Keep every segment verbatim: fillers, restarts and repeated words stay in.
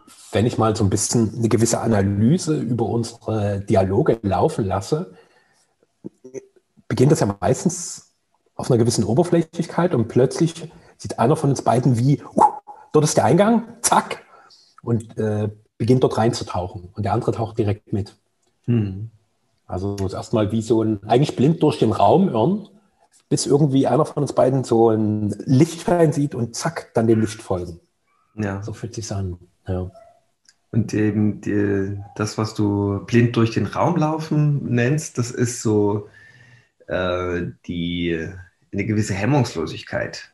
wenn ich mal so ein bisschen eine gewisse Analyse über unsere Dialoge laufen lasse, beginnt das ja meistens auf einer gewissen Oberflächlichkeit und plötzlich sieht einer von uns beiden wie, uh, dort ist der Eingang, zack, und äh, beginnt dort reinzutauchen. Und der andere taucht direkt mit. Hm. Also es ist erstmal wie so ein, eigentlich blind durch den Raum irren, bis irgendwie einer von uns beiden so ein Lichtschein sieht und zack, dann dem Licht folgen. Ja. So fühlt sich an. Ja. Und eben die, das, was du blind durch den Raum laufen nennst, das ist so äh, die, eine gewisse Hemmungslosigkeit.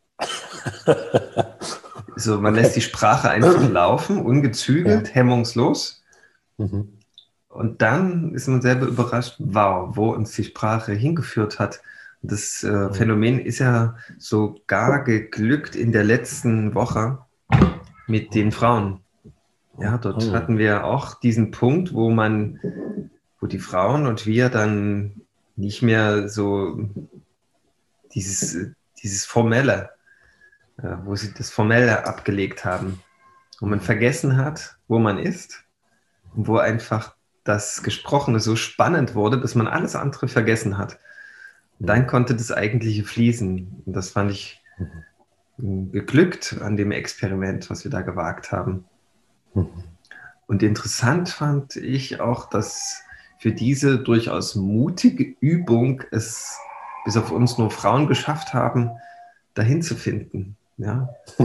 So, man Okay. lässt die Sprache einfach laufen, ungezügelt, Ja. hemmungslos. Mhm. Und dann ist man selber überrascht, wow, wo uns die Sprache hingeführt hat. Das äh, Mhm. Phänomen ist ja sogar geglückt in der letzten Woche mit den Frauen. Ja, dort Mhm. hatten wir auch diesen Punkt, wo man, wo die Frauen und wir dann nicht mehr so dieses, dieses Formelle, äh, wo sie das Formelle abgelegt haben, wo man vergessen hat, wo man ist und wo einfach das Gesprochene so spannend wurde, dass man alles andere vergessen hat. Und dann konnte das Eigentliche fließen. Und das fand ich geglückt an dem Experiment, was wir da gewagt haben. Und interessant fand ich auch, dass für diese durchaus mutige Übung es bis auf uns nur Frauen geschafft haben, dahin zu finden. Ja.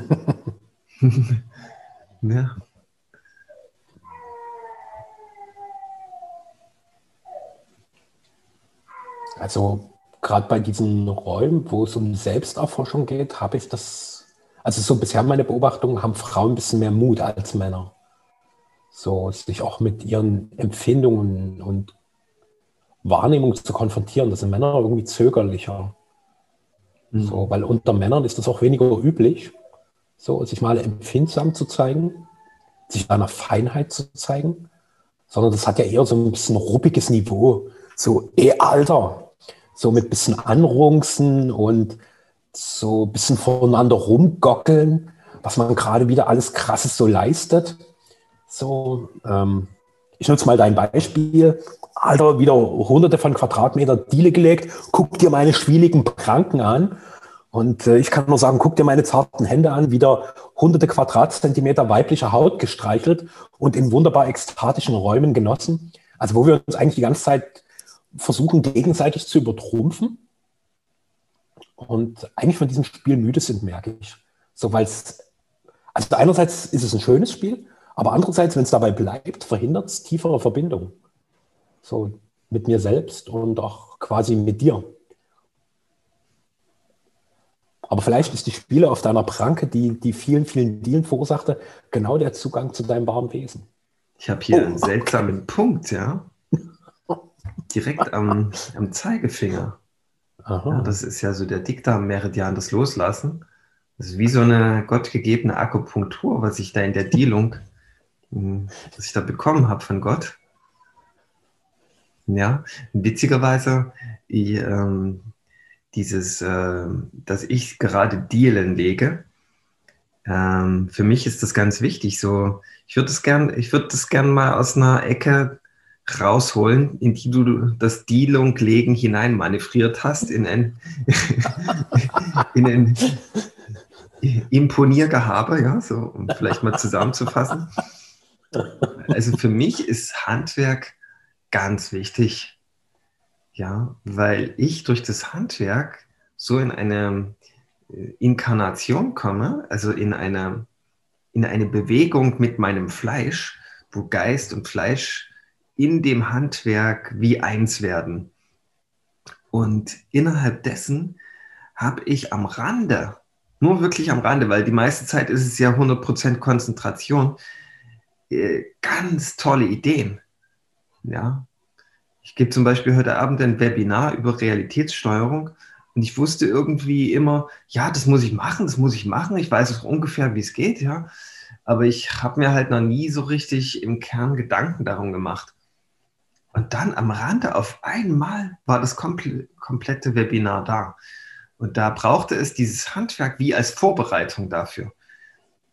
Ja. Also gerade bei diesen Räumen, wo es um Selbsterforschung geht, habe ich das, also so bisher meine Beobachtungen, haben Frauen ein bisschen mehr Mut als Männer. So sich auch mit ihren Empfindungen und Wahrnehmungen zu konfrontieren. Das sind Männer irgendwie zögerlicher. So, weil unter Männern ist das auch weniger üblich, so sich mal empfindsam zu zeigen, sich einer Feinheit zu zeigen, sondern das hat ja eher so ein bisschen ruppiges Niveau. So, ey, Alter, so mit bisschen Anrunzen und so ein bisschen voneinander rumgockeln, was man gerade wieder alles Krasses so leistet. So, ähm, ich nutze mal dein Beispiel. Alter, wieder hunderte von Quadratmeter Diele gelegt. Guck dir meine schwieligen Pranken an. Und äh, ich kann nur sagen, guck dir meine zarten Hände an. Wieder hunderte Quadratzentimeter weiblicher Haut gestreichelt und in wunderbar ekstatischen Räumen genossen. Also wo wir uns eigentlich die ganze Zeit versuchen, gegenseitig zu übertrumpfen. Und eigentlich von diesem Spiel müde sind, merke ich. So, weil es, also einerseits ist es ein schönes Spiel, aber andererseits, wenn es dabei bleibt, verhindert es tiefere Verbindung. So mit mir selbst und auch quasi mit dir. Aber vielleicht ist die Spiele auf deiner Pranke, die die vielen, vielen Dealen verursachte, genau der Zugang zu deinem wahren Wesen. Ich habe hier Oh, einen seltsamen Punkt, ja. Direkt am, am Zeigefinger. Ja, das ist ja so der Dickdarm-Meridian, das Loslassen. Das ist wie so eine gottgegebene Akupunktur, was ich da in der Dealung, was ich da bekommen habe von Gott. Ja, witzigerweise, ich, ähm, dieses, äh, dass ich gerade Dealen lege, ähm, für mich ist das ganz wichtig. So, ich würde das gern, ich würde das gern mal aus einer Ecke rausholen, in die du das Dealung legen hinein manövriert hast, in ein, in ein Imponiergehabe, ja, so, um vielleicht mal zusammenzufassen. Also für mich ist Handwerk ganz wichtig, ja, weil ich durch das Handwerk so in eine Inkarnation komme, also in eine, in eine Bewegung mit meinem Fleisch, wo Geist und Fleisch in dem Handwerk wie eins werden. Und innerhalb dessen habe ich am Rande, nur wirklich am Rande, weil die meiste Zeit ist es ja hundert Prozent Konzentration, äh, ganz tolle Ideen. Ja. Ich gebe zum Beispiel heute Abend ein Webinar über Realitätssteuerung und ich wusste irgendwie immer, ja, das muss ich machen, das muss ich machen. Ich weiß auch ungefähr, wie es geht, ja. Aber ich habe mir halt noch nie so richtig im Kern Gedanken darum gemacht. Und dann am Rande auf einmal war das komple- komplette Webinar da. Und da brauchte es dieses Handwerk wie als Vorbereitung dafür.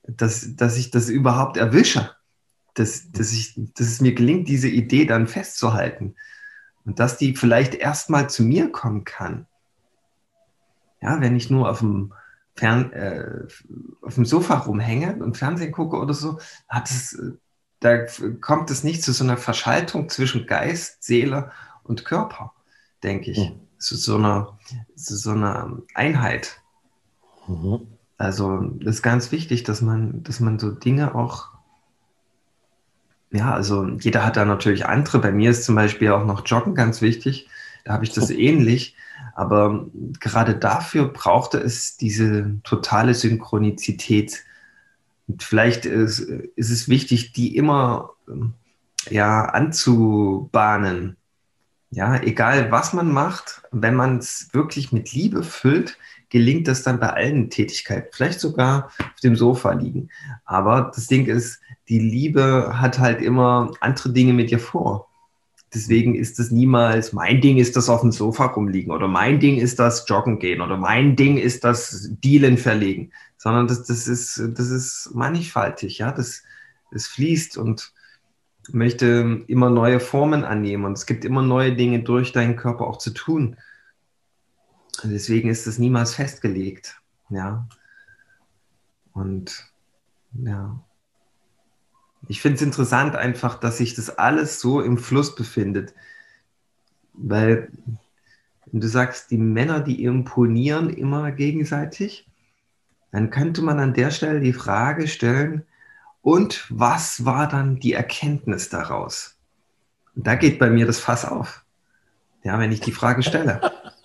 dass, dass ich das überhaupt erwische, dass, dass, ich, dass es mir gelingt, diese Idee dann festzuhalten und dass die vielleicht erstmal zu mir kommen kann. Ja, wenn ich nur auf dem, Fern, äh, auf dem Sofa rumhänge und Fernsehen gucke oder so, hat es, da kommt es nicht zu so einer Verschaltung zwischen Geist, Seele und Körper, denke ich. Mhm. Zu so einer, zu so einer Einheit. Mhm. Also das ist ganz wichtig, dass man, dass man so Dinge auch, ja, also jeder hat da natürlich andere. Bei mir ist zum Beispiel auch noch Joggen ganz wichtig. Da habe ich das ähnlich. Aber gerade dafür brauchte es diese totale Synchronizität. Und vielleicht ist, ist es wichtig, die immer ja, anzubahnen. Ja, egal was man macht, wenn man es wirklich mit Liebe füllt, gelingt das dann bei allen Tätigkeiten. Vielleicht sogar auf dem Sofa liegen. Aber das Ding ist, die Liebe hat halt immer andere Dinge mit dir vor. Deswegen ist es niemals, mein Ding ist das auf dem Sofa rumliegen oder mein Ding ist das Joggen gehen oder mein Ding ist das Dielen verlegen, sondern das, das, ist, das ist mannigfaltig, ja, das, das fließt und möchte immer neue Formen annehmen und es gibt immer neue Dinge durch deinen Körper auch zu tun. Und deswegen ist es niemals festgelegt, ja. Und ja, ich finde es interessant einfach, dass sich das alles so im Fluss befindet. Weil, wenn du sagst, die Männer, die imponieren immer gegenseitig, dann könnte man an der Stelle die Frage stellen, und was war dann die Erkenntnis daraus? Und da geht bei mir das Fass auf. Ja, wenn ich die Frage stelle.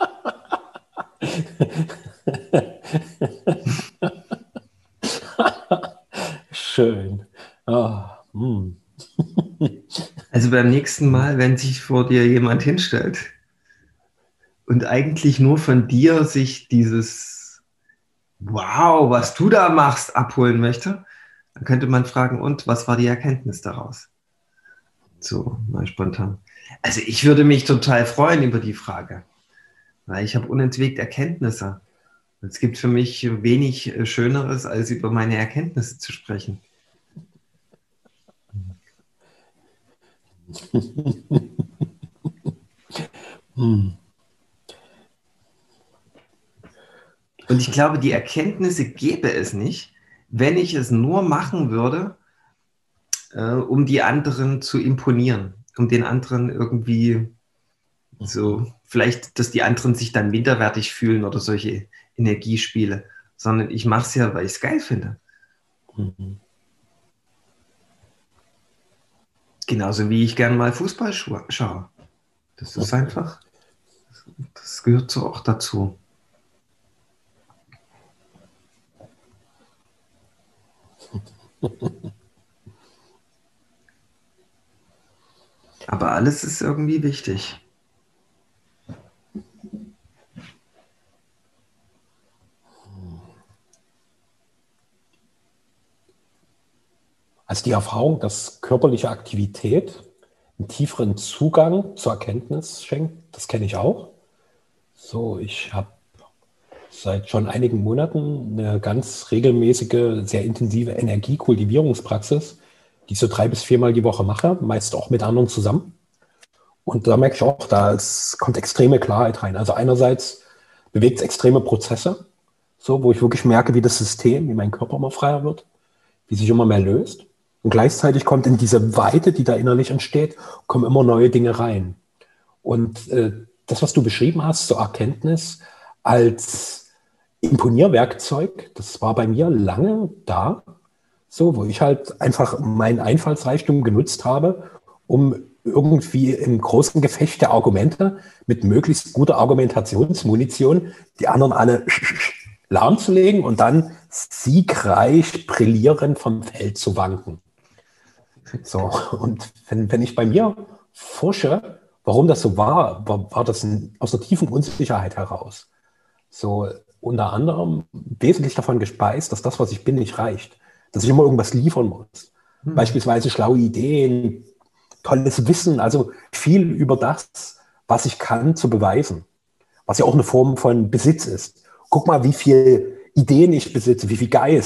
Schön. Oh, mm. Also beim nächsten Mal, wenn sich vor dir jemand hinstellt und eigentlich nur von dir sich dieses Wow, was du da machst, abholen möchte, dann könnte man fragen, und was war die Erkenntnis daraus? So, mal spontan. Also ich würde mich total freuen über die Frage, weil ich habe unentwegt Erkenntnisse. Es gibt für mich wenig Schöneres, als über meine Erkenntnisse zu sprechen. Und ich glaube, die Erkenntnisse gäbe es nicht, wenn ich es nur machen würde, äh, um die anderen zu imponieren, um den anderen irgendwie so, vielleicht, dass die anderen sich dann minderwertig fühlen oder solche Energiespiele, sondern ich mache es ja, weil ich es geil finde. Mhm. Genauso wie ich gerne mal Fußball schaue. Das ist einfach, das gehört so auch dazu. Aber alles ist irgendwie wichtig. Also die Erfahrung, dass körperliche Aktivität einen tieferen Zugang zur Erkenntnis schenkt, das kenne ich auch. So, ich habe seit schon einigen Monaten eine ganz regelmäßige, sehr intensive Energiekultivierungspraxis, die ich so drei bis viermal die Woche mache, meist auch mit anderen zusammen. Und da merke ich auch, da es kommt extreme Klarheit rein. Also einerseits bewegt es extreme Prozesse, so, wo ich wirklich merke, wie das System, wie mein Körper immer freier wird, wie sich immer mehr löst. Und gleichzeitig kommt in diese Weite, die da innerlich entsteht, kommen immer neue Dinge rein. Und äh, das, was du beschrieben hast, zur Erkenntnis als Imponierwerkzeug, das war bei mir lange da, so, wo ich halt einfach meinen Einfallsreichtum genutzt habe, um irgendwie im großen Gefecht der Argumente mit möglichst guter Argumentationsmunition die anderen alle lahmzulegen und dann siegreich brillierend vom Feld zu wanken. So, und wenn, wenn ich bei mir forsche, warum das so war, war, war das ein, aus einer tiefen Unsicherheit heraus. So, unter anderem wesentlich davon gespeist, dass das, was ich bin, nicht reicht. Dass ich immer irgendwas liefern muss. Hm. Beispielsweise schlaue Ideen, tolles Wissen, also viel über das, was ich kann, zu beweisen. Was ja auch eine Form von Besitz ist. Guck mal, wie viel Ideen ich besitze, wie viel Geist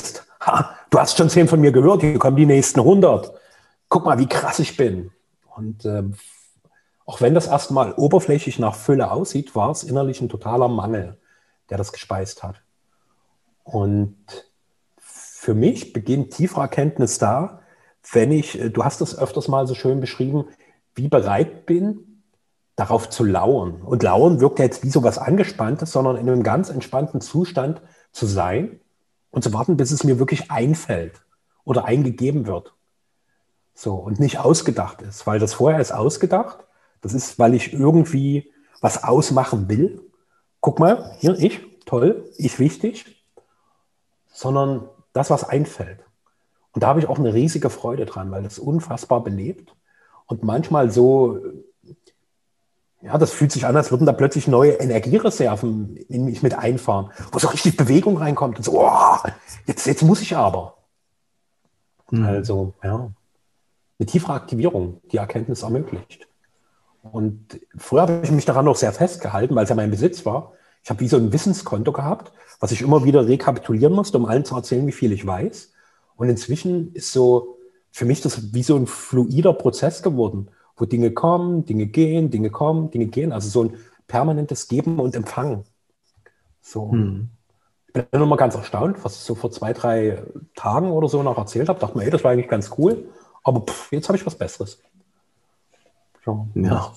Ha, du hast schon zehn von mir gehört, hier kommen die nächsten hundert. Guck mal, wie krass ich bin. Und äh, auch wenn das erstmal oberflächlich nach Fülle aussieht, war es innerlich ein totaler Mangel, der das gespeist hat. Und für mich beginnt tiefere Erkenntnis da, wenn ich, du hast es öfters mal so schön beschrieben, wie bereit bin, darauf zu lauern. Und lauern wirkt ja jetzt wie so was Angespanntes, sondern in einem ganz entspannten Zustand zu sein und zu warten, bis es mir wirklich einfällt oder eingegeben wird. So, und nicht ausgedacht ist, weil das vorher ist ausgedacht. Das ist, weil ich irgendwie was ausmachen will. Guck mal, hier, ich, toll, ich wichtig, sondern das, was einfällt. Und da habe ich auch eine riesige Freude dran, weil das unfassbar belebt und manchmal so, ja, das fühlt sich an, als würden da plötzlich neue Energiereserven in mich mit einfahren, wo so richtig Bewegung reinkommt und so, oh, jetzt, jetzt muss ich aber. Mhm. Also, ja, eine tiefere Aktivierung, die Erkenntnis ermöglicht. Und früher habe ich mich daran noch sehr festgehalten, weil es ja mein Besitz war. Ich habe wie so ein Wissenskonto gehabt, was ich immer wieder rekapitulieren musste, um allen zu erzählen, wie viel ich weiß. Und inzwischen ist so für mich das wie so ein fluider Prozess geworden, wo Dinge kommen, Dinge gehen, Dinge kommen, Dinge gehen. Also so ein permanentes Geben und Empfangen. So. Hm. Ich bin dann immer ganz erstaunt, was ich so vor zwei, drei Tagen oder so noch erzählt habe. Dachte mir, ey, das war eigentlich ganz cool. Aber pff, jetzt habe ich was Besseres. Ja. Ja.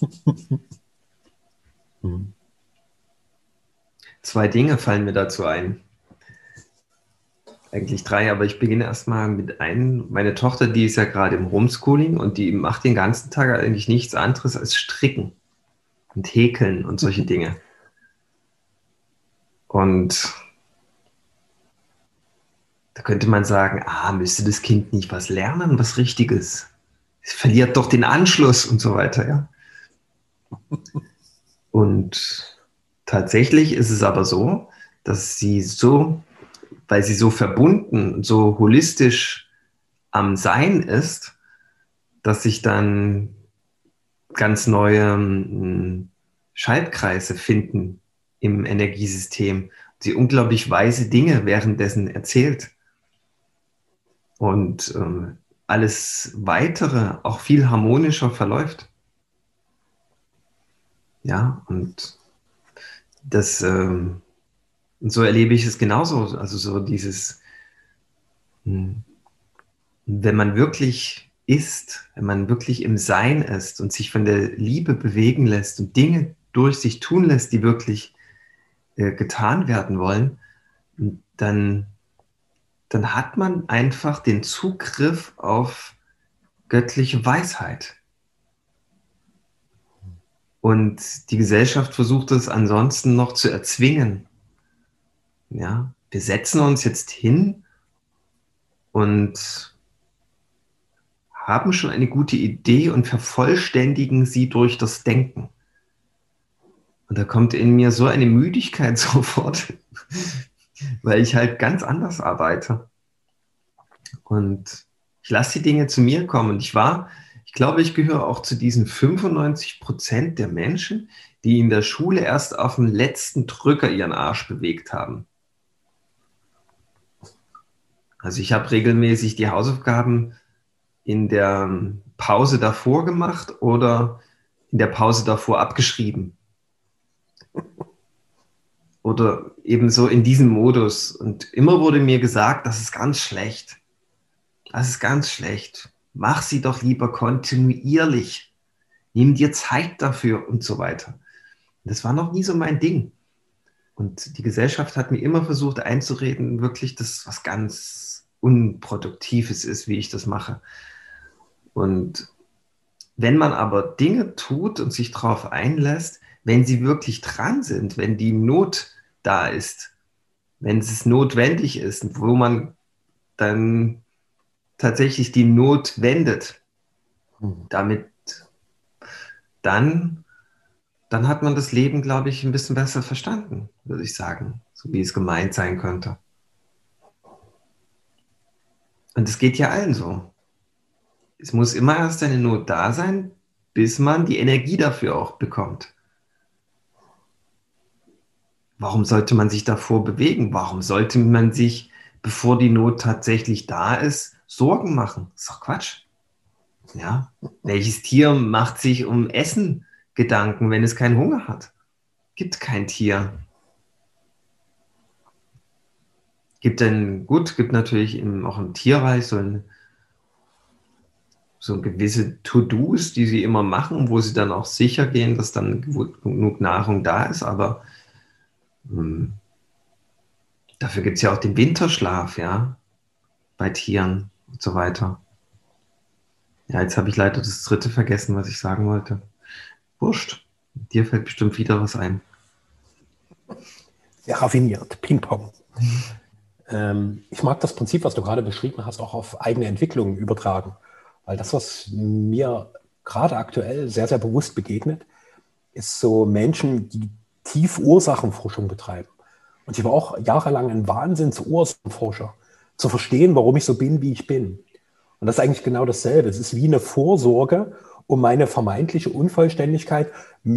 hm. Zwei Dinge fallen mir dazu ein. Eigentlich drei, aber ich beginne erstmal mit einem. Meine Tochter, die ist ja gerade im Homeschooling und die macht den ganzen Tag eigentlich nichts anderes als stricken und häkeln und solche Dinge. Und da könnte man sagen, ah, müsste das Kind nicht was lernen, was Richtiges? Es verliert doch den Anschluss und so weiter, ja. Und tatsächlich ist es aber so, dass sie so, weil sie so verbunden, so holistisch am Sein ist, dass sich dann ganz neue Schaltkreise finden im Energiesystem. Sie unglaublich weise Dinge währenddessen erzählt. Und ähm, alles Weitere auch viel harmonischer verläuft. Ja, und das, ähm, so erlebe ich es genauso. Also so dieses, mh, wenn man wirklich ist, wenn man wirklich im Sein ist und sich von der Liebe bewegen lässt und Dinge durch sich tun lässt, die wirklich äh, getan werden wollen, dann, dann hat man einfach den Zugriff auf göttliche Weisheit. Und die Gesellschaft versucht es ansonsten noch zu erzwingen. Ja, wir setzen uns jetzt hin und haben schon eine gute Idee und vervollständigen sie durch das Denken. Und da kommt in mir so eine Müdigkeit sofort, weil ich halt ganz anders arbeite. Und ich lasse die Dinge zu mir kommen. Und ich war, ich glaube, ich gehöre auch zu diesen fünfundneunzig Prozent der Menschen, die in der Schule erst auf den letzten Drücker ihren Arsch bewegt haben. Also ich habe regelmäßig die Hausaufgaben in der Pause davor gemacht oder in der Pause davor abgeschrieben. Oder ebenso in diesem Modus. Und immer wurde mir gesagt, das ist ganz schlecht. Das ist ganz schlecht. Mach sie doch lieber kontinuierlich. Nimm dir Zeit dafür und so weiter. Das war noch nie so mein Ding. Und die Gesellschaft hat mir immer versucht einzureden, wirklich, dass was ganz Unproduktives ist, wie ich das mache. Und wenn man aber Dinge tut und sich darauf einlässt, wenn sie wirklich dran sind, wenn die Not da ist, wenn es notwendig ist, wo man dann tatsächlich die Not wendet, damit dann, dann hat man das Leben, glaube ich, ein bisschen besser verstanden, würde ich sagen, so wie es gemeint sein könnte. Und es geht ja allen so. Es muss immer erst eine Not da sein, bis man die Energie dafür auch bekommt. Warum sollte man sich davor bewegen? Warum sollte man sich bevor die Not tatsächlich da ist, Sorgen machen. Das ist doch Quatsch. Ja? Welches Tier macht sich um Essen Gedanken, wenn es keinen Hunger hat? Gibt kein Tier. Gibt dann, gut, gibt natürlich im, auch im Tierreich so, ein, so gewisse To-Dos, die sie immer machen, wo sie dann auch sicher gehen, dass dann genug Nahrung da ist, aber mh, dafür gibt es ja auch den Winterschlaf, ja, bei Tieren und so weiter. Ja, jetzt habe ich leider das dritte vergessen, was ich sagen wollte. Wurscht. Dir fällt bestimmt wieder was ein. Sehr raffiniert. Ping-Pong. ähm, ich mag das Prinzip, was du gerade beschrieben hast, auch auf eigene Entwicklungen übertragen. Weil das, was mir gerade aktuell sehr, sehr bewusst begegnet, ist so Menschen, die tief Ursachenforschung betreiben. Und ich war auch jahrelang ein Wahnsinns-Ursachenforscher, zu verstehen, warum ich so bin, wie ich bin. Und das ist eigentlich genau dasselbe. Es ist wie eine Vorsorge, um meine vermeintliche Unvollständigkeit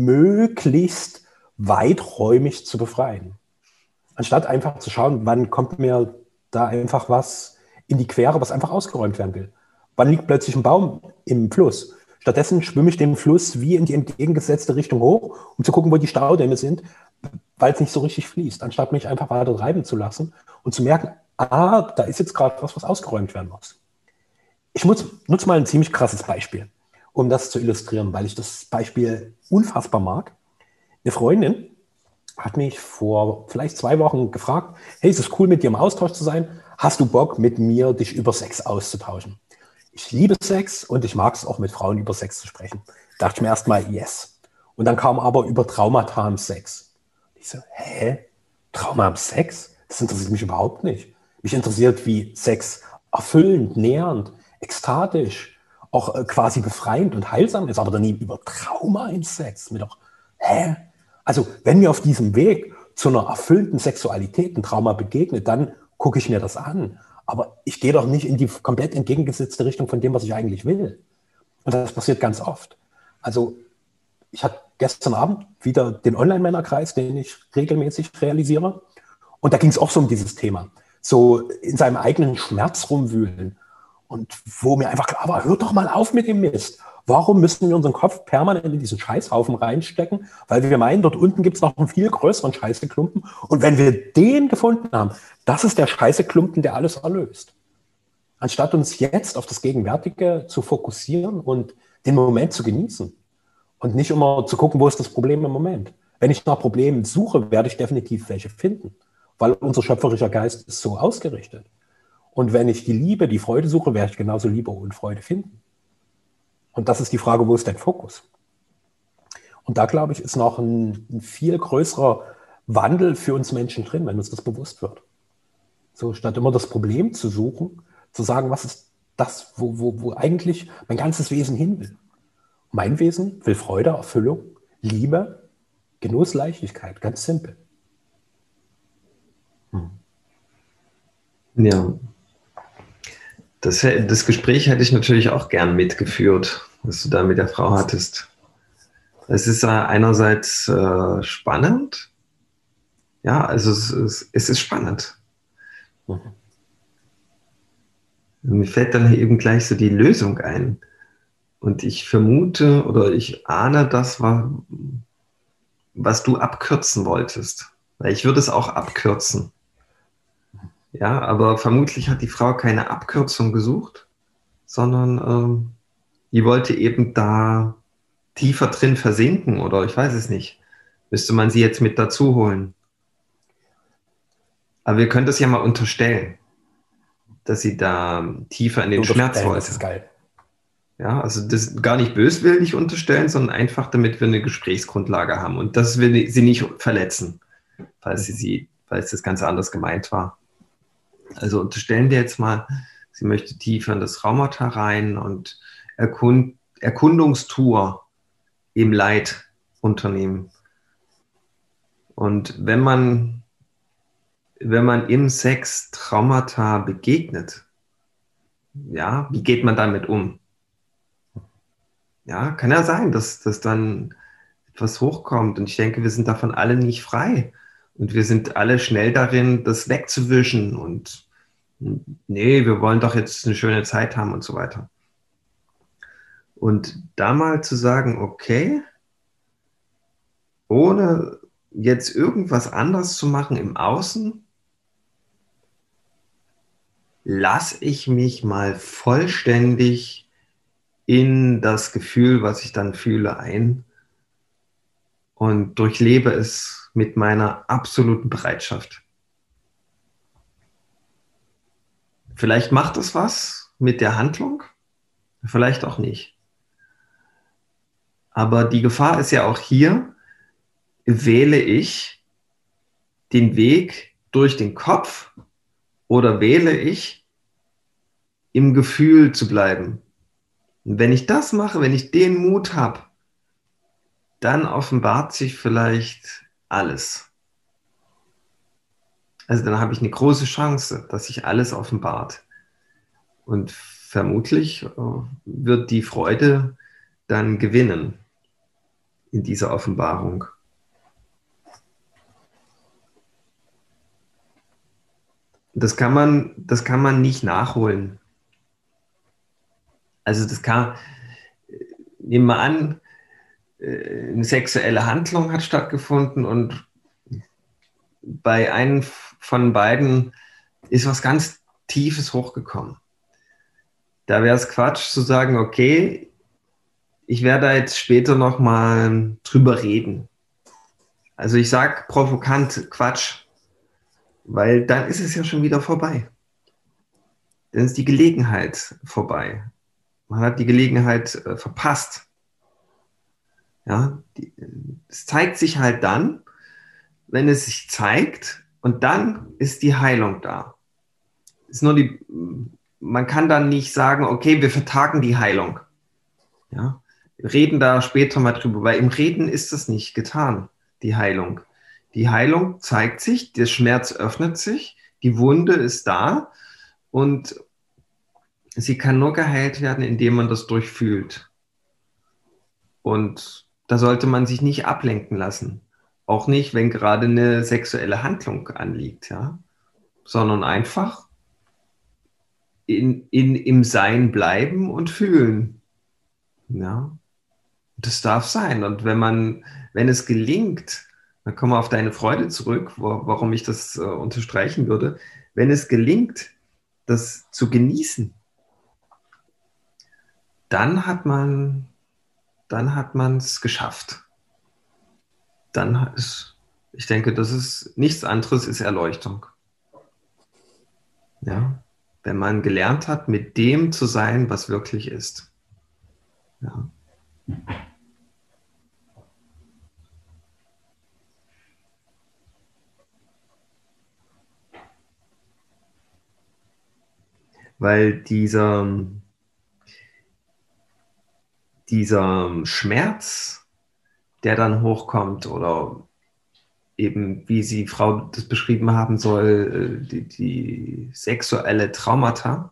möglichst weiträumig zu befreien. Anstatt einfach zu schauen, wann kommt mir da einfach was in die Quere, was einfach ausgeräumt werden will. Wann liegt plötzlich ein Baum im Fluss? Stattdessen schwimme ich den Fluss wie in die entgegengesetzte Richtung hoch, um zu gucken, wo die Staudämme sind, weil es nicht so richtig fließt, anstatt mich einfach weiter treiben zu lassen und zu merken, ah, da ist jetzt gerade was, was ausgeräumt werden muss. Ich nutze mal ein ziemlich krasses Beispiel, um das zu illustrieren, weil ich das Beispiel unfassbar mag. Eine Freundin hat mich vor vielleicht zwei Wochen gefragt, hey, ist es cool, mit dir im Austausch zu sein? Hast du Bock, mit mir dich über Sex auszutauschen? Ich liebe Sex und ich mag es auch, mit Frauen über Sex zu sprechen. Da dachte ich mir erstmal, yes. Und dann kam aber über Traumata im Sex. Ich so, hä? Trauma im Sex? Das interessiert mich überhaupt nicht. Mich interessiert, wie Sex erfüllend, nährend, ekstatisch, auch äh, quasi befreiend und heilsam ist, aber dann nie über Trauma im Sex. Mir doch, hä? Also, wenn mir auf diesem Weg zu einer erfüllten Sexualität ein Trauma begegnet, dann gucke ich mir das an. Aber ich gehe doch nicht in die komplett entgegengesetzte Richtung von dem, was ich eigentlich will. Und das passiert ganz oft. Also, ich hatte gestern Abend wieder den Online-Männerkreis, den ich regelmäßig realisiere. Und da ging es auch so um dieses Thema. So in seinem eigenen Schmerz rumwühlen. Und wo mir einfach klar war, hört doch mal auf mit dem Mist. Warum müssen wir unseren Kopf permanent in diesen Scheißhaufen reinstecken? Weil wir meinen, dort unten gibt es noch einen viel größeren Scheißeklumpen. Und wenn wir den gefunden haben, das ist der Scheißeklumpen, der alles erlöst. Anstatt uns jetzt auf das Gegenwärtige zu fokussieren und den Moment zu genießen. Und nicht immer zu gucken, wo ist das Problem im Moment. Wenn ich nach Problemen suche, werde ich definitiv welche finden. Weil unser schöpferischer Geist ist so ausgerichtet. Und wenn ich die Liebe, die Freude suche, werde ich genauso Liebe und Freude finden. Und das ist die Frage, wo ist dein Fokus? Und da, glaube ich, ist noch ein, ein viel größerer Wandel für uns Menschen drin, wenn uns das bewusst wird. So, statt immer das Problem zu suchen, zu sagen, was ist das, wo, wo, wo eigentlich mein ganzes Wesen hin will. Mein Wesen will Freude, Erfüllung, Liebe, Genuss, Leichtigkeit, ganz simpel. Hm. Ja, das, das Gespräch hätte ich natürlich auch gern mitgeführt, was du da mit der Frau hattest. Es ist einerseits äh, spannend. Ja, also es ist, es ist spannend. Mhm. Mir fällt dann eben gleich so die Lösung ein. Und ich vermute oder ich ahne das, war, was du abkürzen wolltest. Weil ich würde es auch abkürzen. Ja, aber vermutlich hat die Frau keine Abkürzung gesucht, sondern ähm, die wollte eben da tiefer drin versinken oder ich weiß es nicht. Müsste man sie jetzt mit dazu holen. Aber wir können das ja mal unterstellen, dass sie da tiefer in den Schmerz wollte. Das ist geil. Ja, also das gar nicht böswillig unterstellen, sondern einfach, damit wir eine Gesprächsgrundlage haben und dass wir sie nicht verletzen, falls sie sie, falls das Ganze anders gemeint war. Also unterstellen wir jetzt mal, sie möchte tiefer in das Traumata rein und Erkund Erkundungstour im Leid unternehmen. Und wenn man, wenn man im Sex Traumata begegnet, ja, wie geht man damit um? Ja, kann ja sein, dass, dass dann etwas hochkommt. Und ich denke, wir sind davon alle nicht frei. Und wir sind alle schnell darin, das wegzuwischen und Nee, wir wollen doch jetzt eine schöne Zeit haben und so weiter. Und da mal zu sagen, okay, ohne jetzt irgendwas anderes zu machen im Außen, lasse ich mich mal vollständig in das Gefühl, was ich dann fühle, ein und durchlebe es mit meiner absoluten Bereitschaft. Vielleicht macht es was mit der Handlung, vielleicht auch nicht. Aber die Gefahr ist ja auch hier, wähle ich den Weg durch den Kopf oder wähle ich im Gefühl zu bleiben. Und wenn ich das mache, wenn ich den Mut habe, dann offenbart sich vielleicht alles. Also dann habe ich eine große Chance, dass sich alles offenbart. Und vermutlich wird die Freude dann gewinnen in dieser Offenbarung. Das kann man, das kann man nicht nachholen. Also das kann, nehmen wir an, eine sexuelle Handlung hat stattgefunden und bei einem von beiden ist was ganz Tiefes hochgekommen. Da wäre es Quatsch zu sagen, okay, ich werde da jetzt später nochmal drüber reden. Also ich sage provokant Quatsch, weil dann ist es ja schon wieder vorbei. Dann ist die Gelegenheit vorbei. Man hat die Gelegenheit äh, verpasst. Ja, die, es zeigt sich halt dann, wenn es sich zeigt, und dann ist die Heilung da. Ist nur die, man kann dann nicht sagen, okay, wir vertagen die Heilung. Ja, wir reden da später mal drüber, weil im Reden ist das nicht getan, die Heilung. Die Heilung zeigt sich, der Schmerz öffnet sich, die Wunde ist da und sie kann nur geheilt werden, indem man das durchfühlt. Und da sollte man sich nicht ablenken lassen. Auch nicht, wenn gerade eine sexuelle Handlung anliegt, ja? Sondern einfach in, in, im Sein bleiben und fühlen. Ja? Das darf sein. Und wenn man, wenn es gelingt, dann kommen wir auf deine Freude zurück, wo, warum ich das äh, unterstreichen würde, wenn es gelingt, das zu genießen, dann hat man dann hat man es geschafft. Dann ist, ich denke, das ist nichts anderes, ist Erleuchtung. Ja? Wenn man gelernt hat, mit dem zu sein, was wirklich ist. Ja. Weil dieser, dieser Schmerz, der dann hochkommt oder eben, wie Sie, Frau, das beschrieben haben soll, die, die sexuelle Traumata,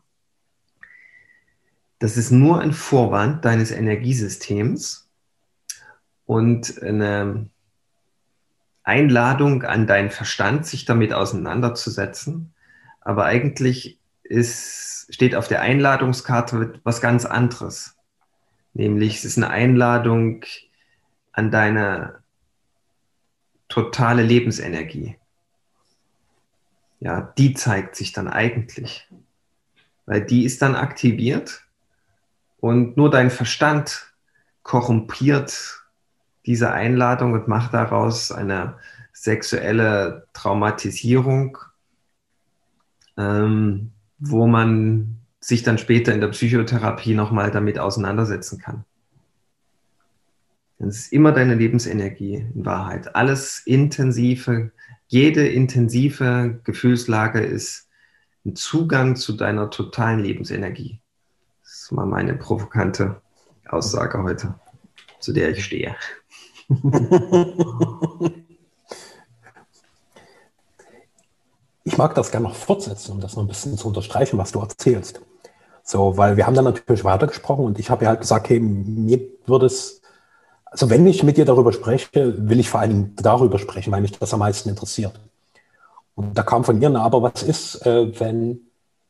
das ist nur ein Vorwand deines Energiesystems und eine Einladung an deinen Verstand, sich damit auseinanderzusetzen. Aber eigentlich ist, steht auf der Einladungskarte was ganz anderes. Nämlich es ist eine Einladung an deine totale Lebensenergie. Ja, die zeigt sich dann eigentlich. Weil die ist dann aktiviert und nur dein Verstand korrumpiert diese Einladung und macht daraus eine sexuelle Traumatisierung, ähm, wo man sich dann später in der Psychotherapie nochmal damit auseinandersetzen kann. Es ist immer deine Lebensenergie in Wahrheit. Alles intensive, jede intensive Gefühlslage ist ein Zugang zu deiner totalen Lebensenergie. Das ist mal meine provokante Aussage heute, zu der ich stehe. Ich mag das gerne noch fortsetzen, um das noch ein bisschen zu unterstreichen, was du erzählst. So, weil wir haben dann natürlich weitergesprochen und ich habe ja halt gesagt, hey, mir würde es, also wenn ich mit dir darüber spreche, will ich vor allen Dingen darüber sprechen, weil mich das am meisten interessiert. Und da kam von ihr, na, aber was ist, äh, wenn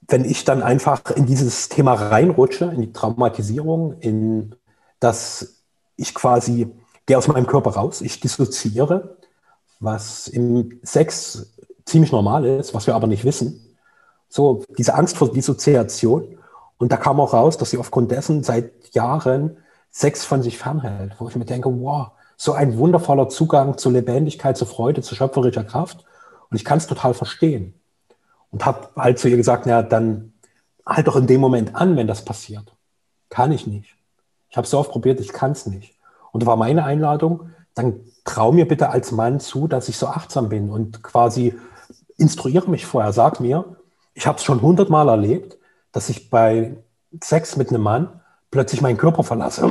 wenn ich dann einfach in dieses Thema reinrutsche, in die Traumatisierung, in das ich quasi gehe aus meinem Körper raus, ich dissoziiere, was im Sex ziemlich normal ist, was wir aber nicht wissen. So diese Angst vor Dissoziation. Und da kam auch raus, dass sie aufgrund dessen seit Jahren Sex von sich fernhält, wo ich mir denke, wow, so ein wundervoller Zugang zur Lebendigkeit, zur Freude, zu schöpferischer Kraft. Und ich kann es total verstehen. Und habe halt zu ihr gesagt, na dann halt doch in dem Moment an, wenn das passiert. Kann ich nicht. Ich habe es so oft probiert, ich kann es nicht. Und da war meine Einladung, dann trau mir bitte als Mann zu, dass ich so achtsam bin und quasi instruiere mich vorher. Sag mir, ich habe es schon hundertmal erlebt, dass ich bei Sex mit einem Mann plötzlich meinen Körper verlasse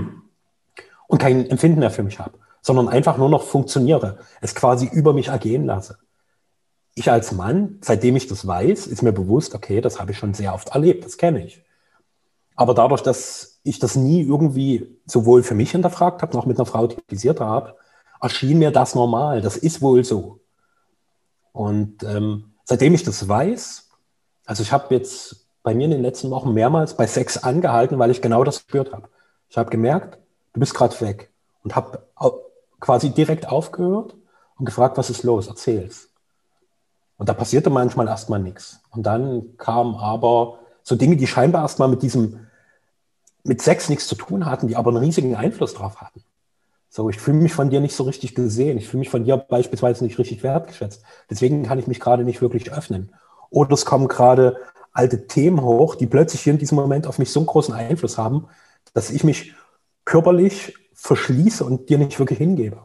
und kein Empfinden mehr für mich habe, sondern einfach nur noch funktioniere, es quasi über mich ergehen lasse. Ich als Mann, seitdem ich das weiß, ist mir bewusst, okay, das habe ich schon sehr oft erlebt, das kenne ich. Aber dadurch, dass ich das nie irgendwie sowohl für mich hinterfragt habe, noch mit einer Frau thematisiert habe, erschien mir das normal. Das ist wohl so. Und ähm, seitdem ich das weiß, also ich habe jetzt bei mir in den letzten Wochen mehrmals bei Sex angehalten, weil ich genau das gespürt habe. Ich habe gemerkt, du bist gerade weg und habe quasi direkt aufgehört und gefragt, was ist los, erzähl's. Und da passierte manchmal erstmal nichts. Und dann kamen aber so Dinge, die scheinbar erstmal mit diesem, mit Sex nichts zu tun hatten, die aber einen riesigen Einfluss drauf hatten. So, ich fühle mich von dir nicht so richtig gesehen. Ich fühle mich von dir beispielsweise nicht richtig wertgeschätzt. Deswegen kann ich mich gerade nicht wirklich öffnen. Oder es kommen gerade alte Themen hoch, die plötzlich hier in diesem Moment auf mich so einen großen Einfluss haben, dass ich mich körperlich verschließe und dir nicht wirklich hingebe.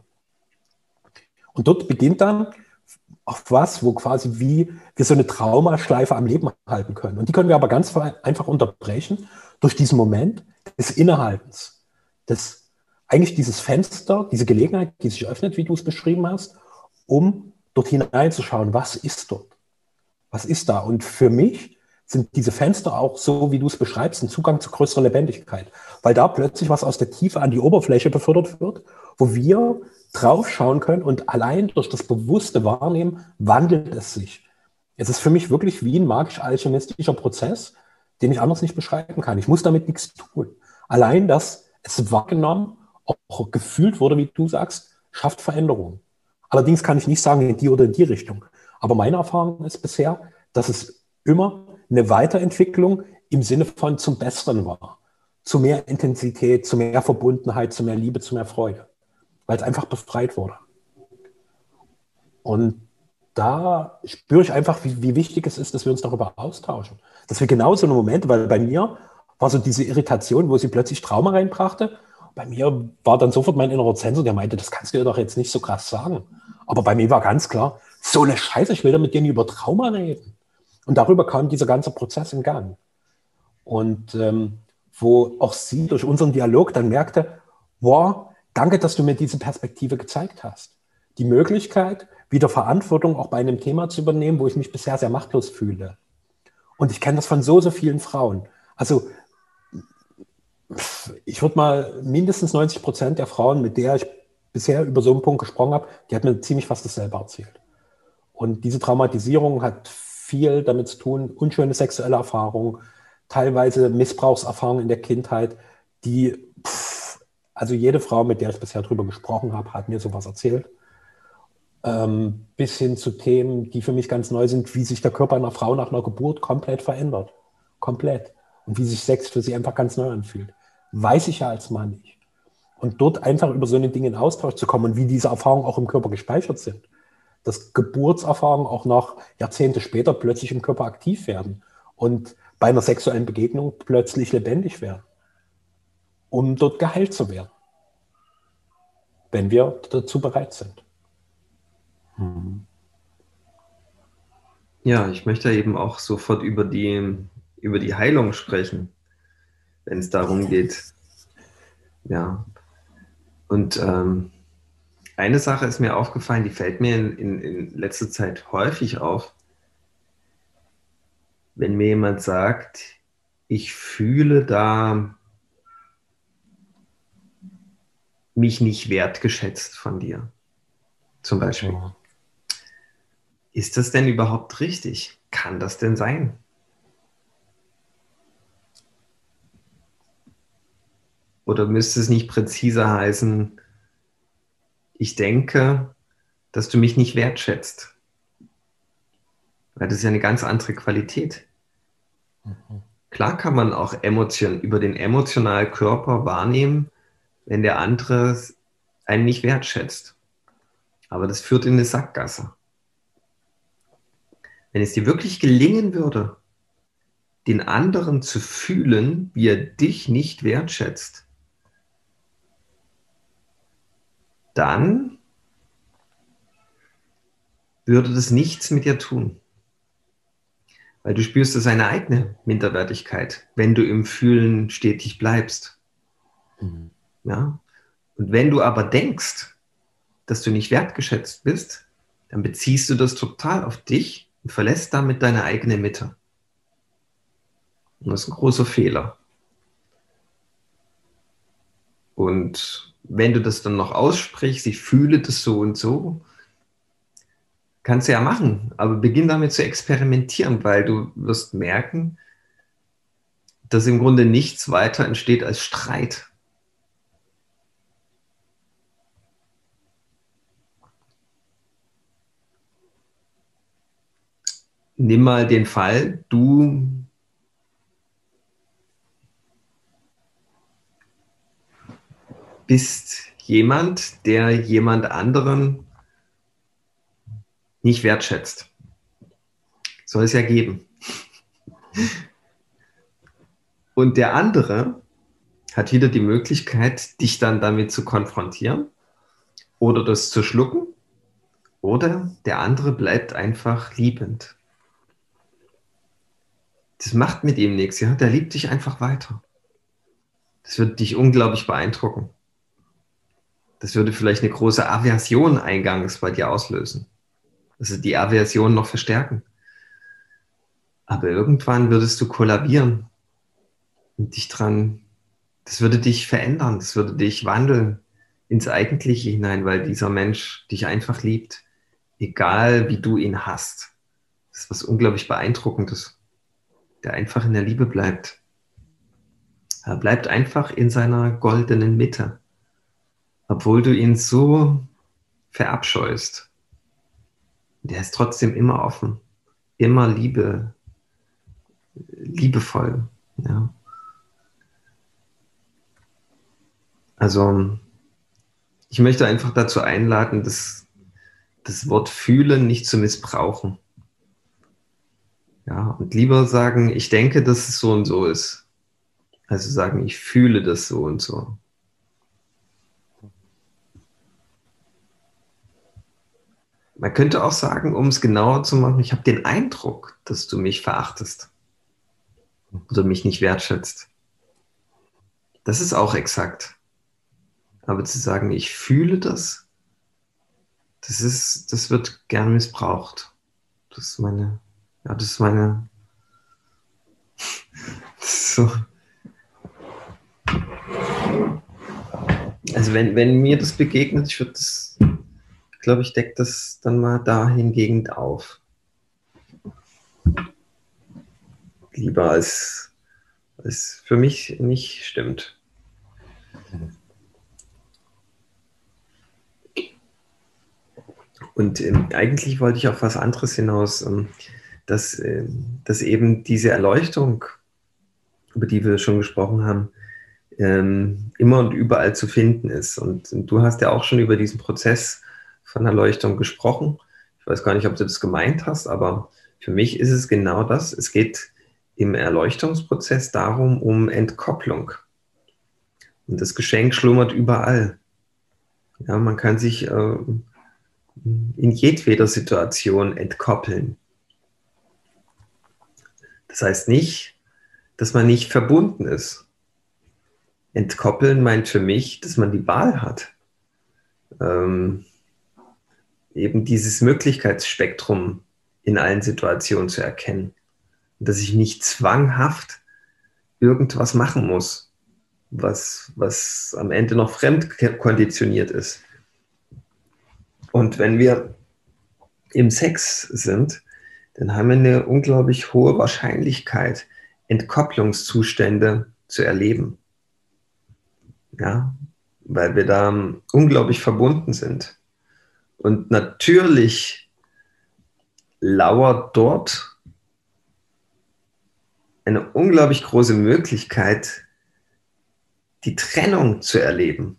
Und dort beginnt dann auf was, wo quasi wie wir so eine Traumaschleife am Leben halten können. Und die können wir aber ganz einfach unterbrechen durch diesen Moment des Innehaltens, des, eigentlich dieses Fenster, diese Gelegenheit, die sich öffnet, wie du es beschrieben hast, um dort hineinzuschauen, was ist dort? Was ist da? Und für mich sind diese Fenster auch so, wie du es beschreibst, ein Zugang zu größerer Lebendigkeit, weil da plötzlich was aus der Tiefe an die Oberfläche befördert wird, wo wir draufschauen können und allein durch das bewusste Wahrnehmen wandelt es sich. Es ist für mich wirklich wie ein magisch-alchemistischer Prozess, den ich anders nicht beschreiben kann. Ich muss damit nichts tun. Allein, dass es wahrgenommen, auch gefühlt wurde, wie du sagst, schafft Veränderung. Allerdings kann ich nicht sagen, in die oder in die Richtung. Aber meine Erfahrung ist bisher, dass es immer eine Weiterentwicklung im Sinne von zum Besseren war. Zu mehr Intensität, zu mehr Verbundenheit, zu mehr Liebe, zu mehr Freude. Weil es einfach befreit wurde. Und da spüre ich einfach, wie, wie wichtig es ist, dass wir uns darüber austauschen. Dass wir genau so eine Momente, weil bei mir war so diese Irritation, wo sie plötzlich Trauma reinbrachte. Bei mir war dann sofort mein innerer Zensor, der meinte, das kannst du dir doch jetzt nicht so krass sagen. Aber bei mir war ganz klar, so eine Scheiße, ich will da mit denen über Trauma reden. Und darüber kam dieser ganze Prozess in Gang. Und ähm, wo auch sie durch unseren Dialog dann merkte, wow, danke, dass du mir diese Perspektive gezeigt hast. Die Möglichkeit, wieder Verantwortung auch bei einem Thema zu übernehmen, wo ich mich bisher sehr machtlos fühle. Und ich kenne das von so, so vielen Frauen. Also ich würde mal mindestens neunzig Prozent der Frauen, mit der ich bisher über so einen Punkt gesprochen habe, die hat mir ziemlich fast dasselbe erzählt. Und diese Traumatisierung hat viel damit zu tun, unschöne sexuelle Erfahrungen, teilweise Missbrauchserfahrungen in der Kindheit, die, pff, also jede Frau, mit der ich bisher drüber gesprochen habe, hat mir sowas erzählt. Ähm, bis hin zu Themen, die für mich ganz neu sind, wie sich der Körper einer Frau nach einer Geburt komplett verändert. Komplett. Und wie sich Sex für sie einfach ganz neu anfühlt. Weiß ich ja als Mann nicht. Und dort einfach über so eine Dinge in Austausch zu kommen und wie diese Erfahrungen auch im Körper gespeichert sind. Dass Geburtserfahrungen auch noch Jahrzehnte später plötzlich im Körper aktiv werden und bei einer sexuellen Begegnung plötzlich lebendig werden, um dort geheilt zu werden, wenn wir dazu bereit sind. Hm. Ja, ich möchte eben auch sofort über die, über die Heilung sprechen, wenn es darum geht. Ja, und ähm, eine Sache ist mir aufgefallen, die fällt mir in, in, in letzter Zeit häufig auf, wenn mir jemand sagt, ich fühle da mich nicht wertgeschätzt von dir, zum Beispiel. Ist das denn überhaupt richtig? Kann das denn sein? Oder müsste es nicht präziser heißen, ich denke, dass du mich nicht wertschätzt? Weil das ist ja eine ganz andere Qualität. Mhm. Klar kann man auch Emotionen über den emotionalen Körper wahrnehmen, wenn der andere einen nicht wertschätzt. Aber das führt in eine Sackgasse. Wenn es dir wirklich gelingen würde, den anderen zu fühlen, wie er dich nicht wertschätzt, dann würde das nichts mit dir tun. Weil du spürst das eine eigene Minderwertigkeit, wenn du im Fühlen stetig bleibst. Mhm. Ja? Und wenn du aber denkst, dass du nicht wertgeschätzt bist, dann beziehst du das total auf dich und verlässt damit deine eigene Mitte. Und das ist ein großer Fehler. Und wenn du das dann noch aussprichst, ich fühle das so und so, kannst du ja machen, aber beginn damit zu experimentieren, weil du wirst merken, dass im Grunde nichts weiter entsteht als Streit. Nimm mal den Fall, du bist jemand, der jemand anderen nicht wertschätzt. Soll es ja geben. Und der andere hat wieder die Möglichkeit, dich dann damit zu konfrontieren oder das zu schlucken, oder der andere bleibt einfach liebend. Das macht mit ihm nichts, ja? Der liebt dich einfach weiter. Das würde dich unglaublich beeindrucken. Das würde vielleicht eine große Aversion eingangs bei dir auslösen. Also die Aversion noch verstärken. Aber irgendwann würdest du kollabieren und dich dran, das würde dich verändern, das würde dich wandeln ins Eigentliche hinein, weil dieser Mensch dich einfach liebt, egal wie du ihn hast. Das ist was unglaublich Beeindruckendes, der einfach in der Liebe bleibt. Er bleibt einfach in seiner goldenen Mitte, obwohl du ihn so verabscheust. Der ist trotzdem immer offen, immer Liebe, liebevoll. Ja. Also ich möchte einfach dazu einladen, das, das Wort fühlen nicht zu missbrauchen. Ja, und lieber sagen, ich denke, dass es so und so ist. Also sagen, ich fühle das so und so. Man könnte auch sagen, um es genauer zu machen, ich habe den Eindruck, dass du mich verachtest oder mich nicht wertschätzt. Das ist auch exakt. Aber zu sagen, ich fühle das, das ist, das wird gern missbraucht. Das ist meine, ja, das ist meine, das ist so. Also wenn, wenn mir das begegnet, ich würde das, ich glaube, ich decke das dann mal dahingehend auf. Lieber als es für mich nicht stimmt. Und ähm, eigentlich wollte ich auf was anderes hinaus, ähm, dass, äh, dass eben diese Erleuchtung, über die wir schon gesprochen haben, ähm, immer und überall zu finden ist. Und, und du hast ja auch schon über diesen Prozess von Erleuchtung gesprochen. Ich weiß gar nicht, ob du das gemeint hast, aber für mich ist es genau das. Es geht im Erleuchtungsprozess darum, um Entkopplung. Und das Geschenk schlummert überall. Ja, man kann sich äh, in jedweder Situation entkoppeln. Das heißt nicht, dass man nicht verbunden ist. Entkoppeln meint für mich, dass man die Wahl hat, ähm, eben dieses Möglichkeitsspektrum in allen Situationen zu erkennen. Und dass ich nicht zwanghaft irgendwas machen muss, was, was am Ende noch fremdkonditioniert ist. Und wenn wir im Sex sind, dann haben wir eine unglaublich hohe Wahrscheinlichkeit, Entkopplungszustände zu erleben. Ja, weil wir da unglaublich verbunden sind. Und natürlich lauert dort eine unglaublich große Möglichkeit, die Trennung zu erleben.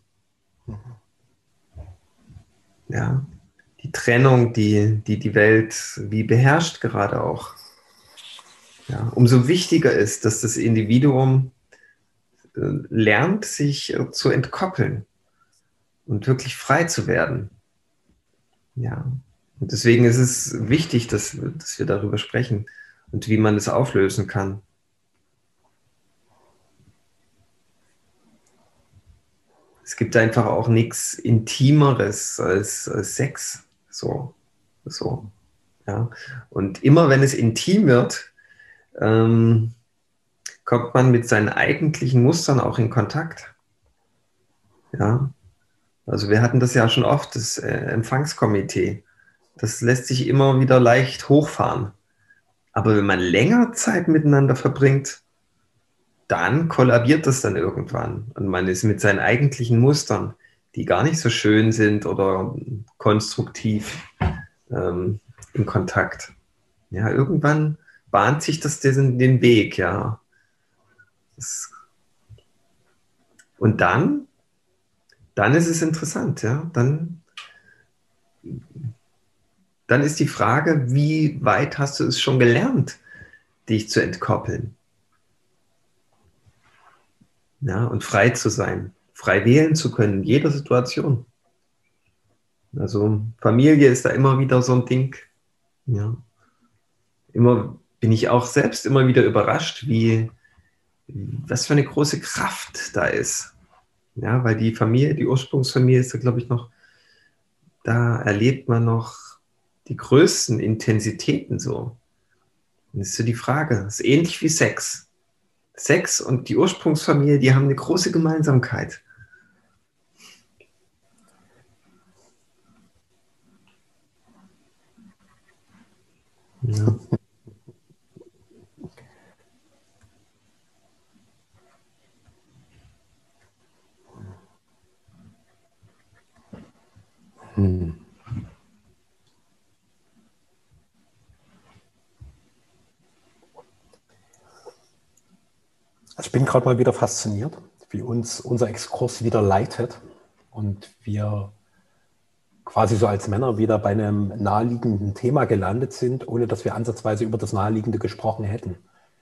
Ja, die Trennung, die, die die Welt wie beherrscht gerade auch. Ja, umso wichtiger ist, dass das Individuum äh, lernt, sich äh, zu entkoppeln und wirklich frei zu werden. Ja, und deswegen ist es wichtig, dass, dass wir darüber sprechen und wie man es auflösen kann. Es gibt einfach auch nichts Intimeres als, als Sex. So, so, ja. Und immer wenn es intim wird, ähm, kommt man mit seinen eigentlichen Mustern auch in Kontakt. Ja. Also wir hatten das ja schon oft, das äh, Empfangskomitee. Das lässt sich immer wieder leicht hochfahren. Aber wenn man länger Zeit miteinander verbringt, dann kollabiert das dann irgendwann. Und man ist mit seinen eigentlichen Mustern, die gar nicht so schön sind oder konstruktiv, ähm, in Kontakt. Ja, irgendwann bahnt sich das den, den Weg, ja. Das, und dann, dann ist es interessant, ja. Dann, dann ist die Frage, wie weit hast du es schon gelernt, dich zu entkoppeln? Ja, und frei zu sein, frei wählen zu können in jeder Situation. Also Familie ist da immer wieder so ein Ding. Ja. Immer bin ich auch selbst immer wieder überrascht, wie, was für eine große Kraft da ist. Ja, weil die Familie, die Ursprungsfamilie ist da, glaube ich, noch, da erlebt man noch die größten Intensitäten so. Und das ist so die Frage, das ist ähnlich wie Sex. Sex und die Ursprungsfamilie, die haben eine große Gemeinsamkeit. Ja. Hm. Also ich bin gerade mal wieder fasziniert, wie uns unser Exkurs wieder leitet und wir quasi so als Männer wieder bei einem naheliegenden Thema gelandet sind, ohne dass wir ansatzweise über das Naheliegende gesprochen hätten.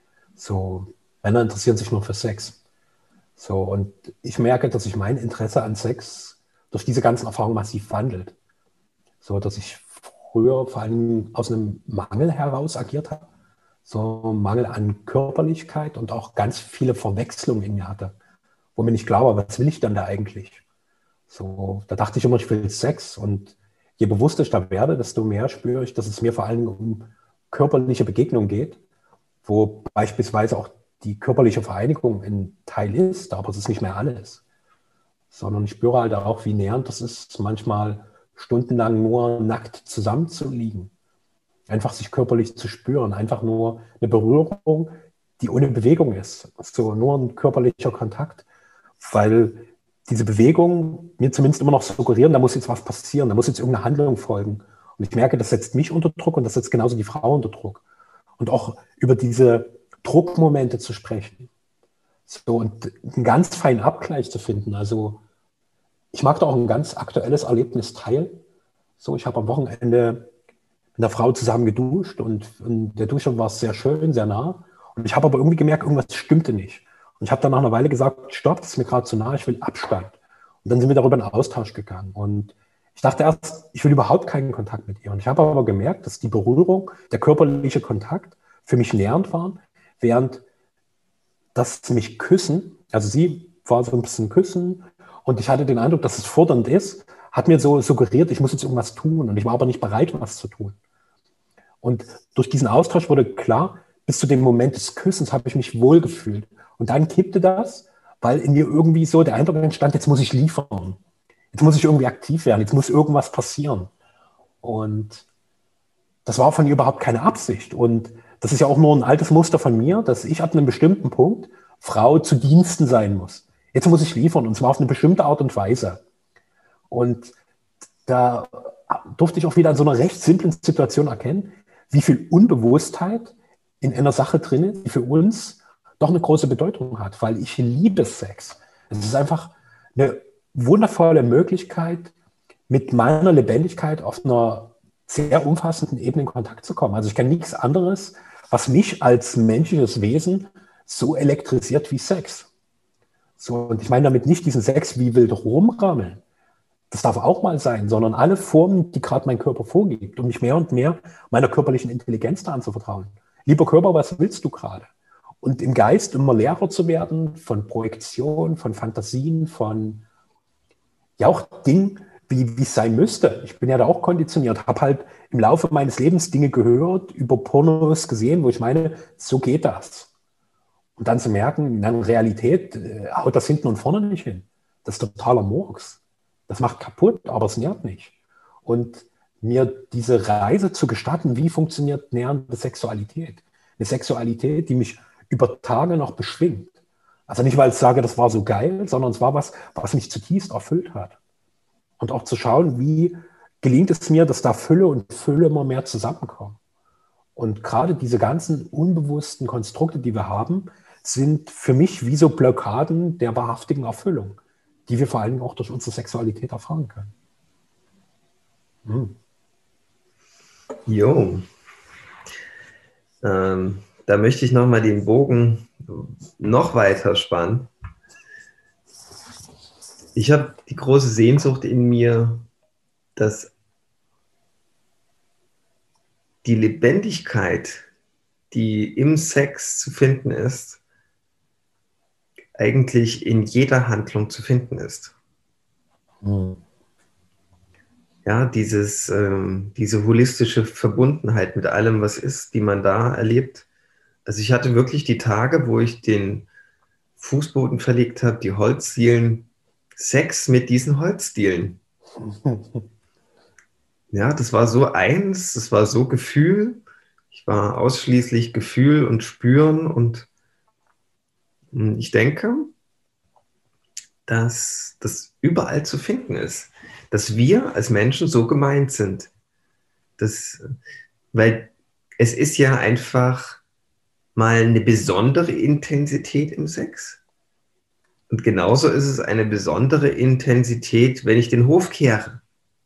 So, Männer interessieren sich nur für Sex. So, und ich merke, dass sich mein Interesse an Sex durch diese ganzen Erfahrungen massiv wandelt. So, dass ich früher vor allem aus einem Mangel heraus agiert habe. So Mangel an Körperlichkeit und auch ganz viele Verwechslungen in mir hatte, wo mir nicht klar war, was will ich denn da eigentlich? So, da dachte ich immer, ich will Sex, und je bewusster ich da werde, desto mehr spüre ich, dass es mir vor allem um körperliche Begegnung geht, wo beispielsweise auch die körperliche Vereinigung ein Teil ist, aber es ist nicht mehr alles, sondern ich spüre halt auch, wie nähernd das ist, manchmal stundenlang nur nackt zusammenzuliegen. Einfach sich körperlich zu spüren, einfach nur eine Berührung, die ohne Bewegung ist. So nur ein körperlicher Kontakt, weil diese Bewegungen mir zumindest immer noch suggerieren, da muss jetzt was passieren, da muss jetzt irgendeine Handlung folgen. Und ich merke, das setzt mich unter Druck und das setzt genauso die Frau unter Druck. Und auch über diese Druckmomente zu sprechen. So, und einen ganz feinen Abgleich zu finden. Also ich mag da auch ein ganz aktuelles Erlebnis teilen. So, ich habe am Wochenende mit einer Frau zusammen geduscht und, und der Dusche war sehr schön, sehr nah. Und ich habe aber irgendwie gemerkt, irgendwas stimmte nicht. Und ich habe dann nach einer Weile gesagt, stopp, das ist mir gerade zu nah, ich will Abstand. Und dann sind wir darüber in Austausch gegangen. Und ich dachte erst, ich will überhaupt keinen Kontakt mit ihr. Und ich habe aber gemerkt, dass die Berührung, der körperliche Kontakt für mich nährend waren, während das mich küssen, also sie war so ein bisschen küssen und ich hatte den Eindruck, dass es fordernd ist, hat mir so suggeriert, ich muss jetzt irgendwas tun, und ich war aber nicht bereit, was zu tun. Und durch diesen Austausch wurde klar, bis zu dem Moment des Küssens habe ich mich wohlgefühlt. Und dann kippte das, weil in mir irgendwie so der Eindruck entstand, jetzt muss ich liefern. Jetzt muss ich irgendwie aktiv werden, jetzt muss irgendwas passieren. Und das war von ihr überhaupt keine Absicht. Und das ist ja auch nur ein altes Muster von mir, dass ich ab einem bestimmten Punkt Frau zu Diensten sein muss. jetzt muss ich liefern und zwar auf eine bestimmte Art und Weise. Und da durfte ich auch wieder in so einer recht simplen Situation erkennen, wie viel Unbewusstheit in einer Sache drin ist, die für uns doch eine große Bedeutung hat, weil ich liebe Sex. Es ist einfach eine wundervolle Möglichkeit, mit meiner Lebendigkeit auf einer sehr umfassenden Ebene in Kontakt zu kommen. Also ich kenne nichts anderes, was mich als menschliches Wesen so elektrisiert wie Sex. So, und ich meine damit nicht diesen Sex wie wild rumrammeln. Das darf auch mal sein, sondern alle Formen, die gerade mein Körper vorgibt, um mich mehr und mehr meiner körperlichen Intelligenz da anzuvertrauen. Lieber Körper, was willst du gerade? Und im Geist immer leerer zu werden von Projektion, von Fantasien, von ja auch Dingen, wie wie es sein müsste. Ich bin ja da auch konditioniert, habe halt im Laufe meines Lebens Dinge gehört, über Pornos gesehen, wo ich meine, so geht das. Und dann zu merken, in der Realität äh, haut das hinten und vorne nicht hin. Das ist totaler Murks. Das macht kaputt, aber es nährt nicht. Und mir diese Reise zu gestatten, wie funktioniert nährende Sexualität? Eine Sexualität, die mich über Tage noch beschwingt. Also nicht, weil ich sage, das war so geil, sondern es war was, was mich zutiefst erfüllt hat. Und auch zu schauen, wie gelingt es mir, dass da Fülle und Fülle immer mehr zusammenkommen. Und gerade diese ganzen unbewussten Konstrukte, die wir haben, sind für mich wie so Blockaden der wahrhaftigen Erfüllung, die wir vor allem auch durch unsere Sexualität erfahren können. Hm. Jo. Ähm, da möchte ich nochmal den Bogen noch weiter spannen. Ich habe die große Sehnsucht in mir, dass die Lebendigkeit, die im Sex zu finden ist, eigentlich in jeder Handlung zu finden ist. Hm. Ja, dieses, ähm, diese holistische Verbundenheit mit allem, was ist, die man da erlebt. Also ich hatte wirklich die Tage, wo ich den Fußboden verlegt habe, die Holzdielen, Sex mit diesen Holzdielen. Ja, das war so eins, das war so Gefühl. Ich war ausschließlich Gefühl und Spüren und ich denke, dass das überall zu finden ist. Dass wir als Menschen so gemeint sind. Das, weil es ist ja einfach mal eine besondere Intensität im Sex. Und genauso ist es eine besondere Intensität, wenn ich den Hof kehre.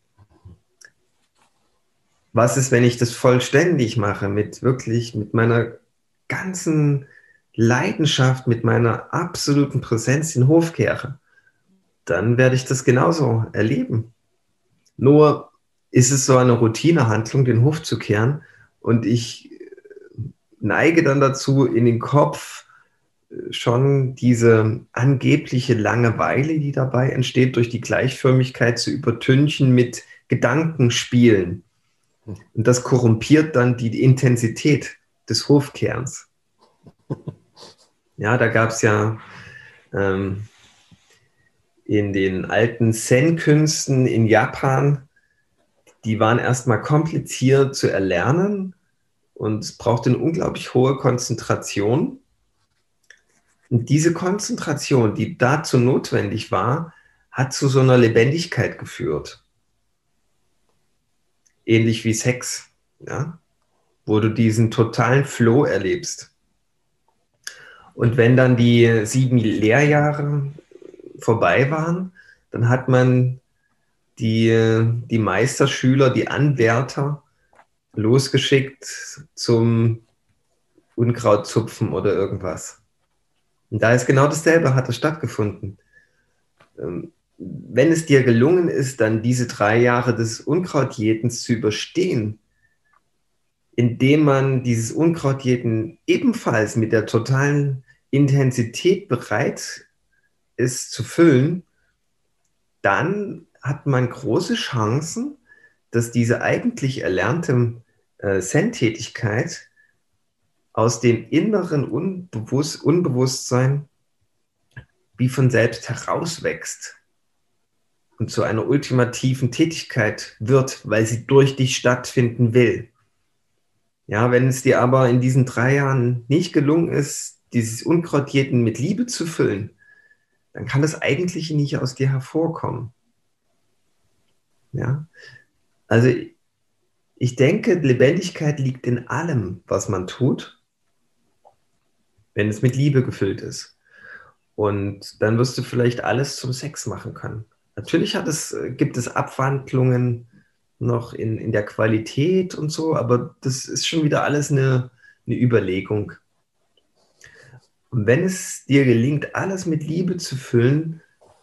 Was ist, wenn ich das vollständig mache, mit wirklich, mit meiner ganzen Leidenschaft, mit meiner absoluten Präsenz den Hof kehre? Dann werde ich das genauso erleben. Nur ist es so eine Routinehandlung, den Hof zu kehren, und ich neige dann dazu, in den Kopf schon diese angebliche Langeweile, die dabei entsteht, durch die Gleichförmigkeit zu übertünchen mit Gedankenspielen. Und das korrumpiert dann die Intensität des Hofkerns. Ja, da gab es ja ähm, in den alten Zen-Künsten in Japan, die waren erstmal kompliziert zu erlernen und es brauchte eine unglaublich hohe Konzentration. Und diese Konzentration, die dazu notwendig war, hat zu so einer Lebendigkeit geführt. Ähnlich wie Sex, ja? Wo du diesen totalen Flow erlebst. Und wenn dann die sieben Lehrjahre vorbei waren, dann hat man die, die Meisterschüler, die Anwärter losgeschickt zum Unkrautzupfen oder irgendwas. Und da ist genau dasselbe, hat es stattgefunden. Wenn es dir gelungen ist, dann diese drei Jahre des Unkrautjätens zu überstehen, indem man dieses Unkrautjäten ebenfalls mit der totalen Intensität bereit ist zu füllen, dann hat man große Chancen, dass diese eigentlich erlernte äh, Zen-Tätigkeit aus dem inneren Unbewusst Unbewusstsein wie von selbst herauswächst und zu einer ultimativen Tätigkeit wird, weil sie durch dich stattfinden will. Ja, wenn es dir aber in diesen drei Jahren nicht gelungen ist, dieses Unkrautjäten mit Liebe zu füllen, dann kann das eigentlich nicht aus dir hervorkommen. Ja? Also ich denke, Lebendigkeit liegt in allem, was man tut, wenn es mit Liebe gefüllt ist. Und dann wirst du vielleicht alles zum Sex machen können. Natürlich hat es, gibt es Abwandlungen noch in, in der Qualität und so, aber das ist schon wieder alles eine, eine Überlegung. Und wenn es dir gelingt, alles mit Liebe zu füllen,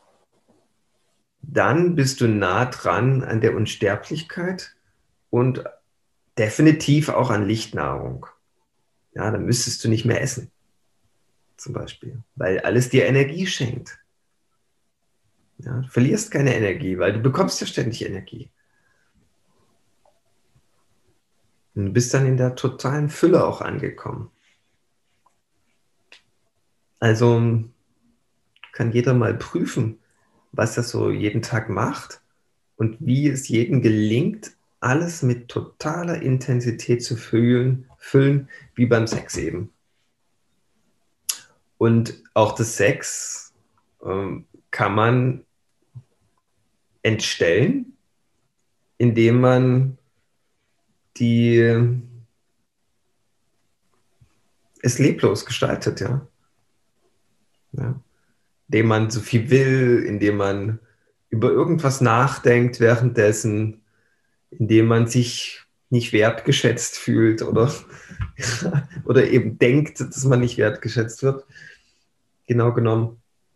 dann bist du nah dran an der Unsterblichkeit und definitiv auch an Lichtnahrung. Ja, dann müsstest du nicht mehr essen, zum Beispiel, weil alles dir Energie schenkt. Ja, du verlierst keine Energie, weil du bekommst ja ständig Energie. Und du bist dann in der totalen Fülle auch angekommen. Also kann jeder mal prüfen, was er so jeden Tag macht und wie es jedem gelingt, alles mit totaler Intensität zu füllen, füllen wie beim Sex eben. Und auch das Sex ähm, kann man entstellen, indem man die, es leblos gestaltet, ja. ja. Indem man so viel will, indem man über irgendwas nachdenkt währenddessen, indem man sich nicht wertgeschätzt fühlt oder, oder eben denkt, dass man nicht wertgeschätzt wird. Genau genommen.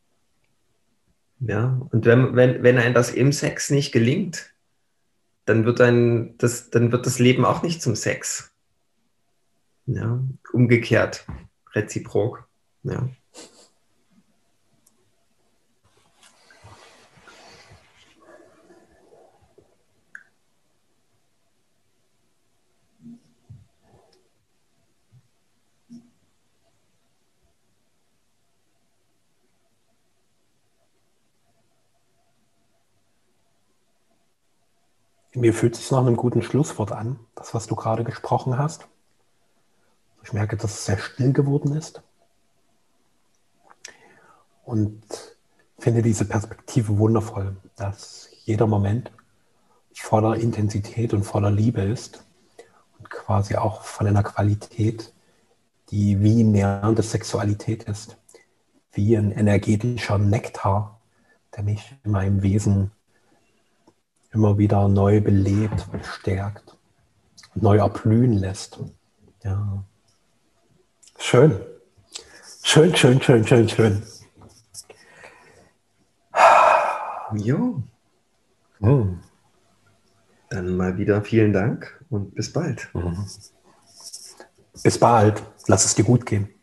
Ja, und wenn, wenn, wenn einem das im Sex nicht gelingt, dann wird, ein, das, dann wird das Leben auch nicht zum Sex. Ja, umgekehrt, reziprok. Ja. Mir fühlt es sich nach einem guten Schlusswort an, das, was du gerade gesprochen hast. Ich merke, dass es sehr still geworden ist. Und finde diese Perspektive wundervoll, dass jeder Moment voller Intensität und voller Liebe ist und quasi auch von einer Qualität, die wie nährende Sexualität ist, wie ein energetischer Nektar, der mich in meinem Wesen immer wieder neu belebt, bestärkt, neu erblühen lässt. Ja. Schön. Schön, schön, schön, schön, schön. Jo. Hm. Dann mal wieder vielen Dank und bis bald. Mhm. Bis bald. Lass es dir gut gehen.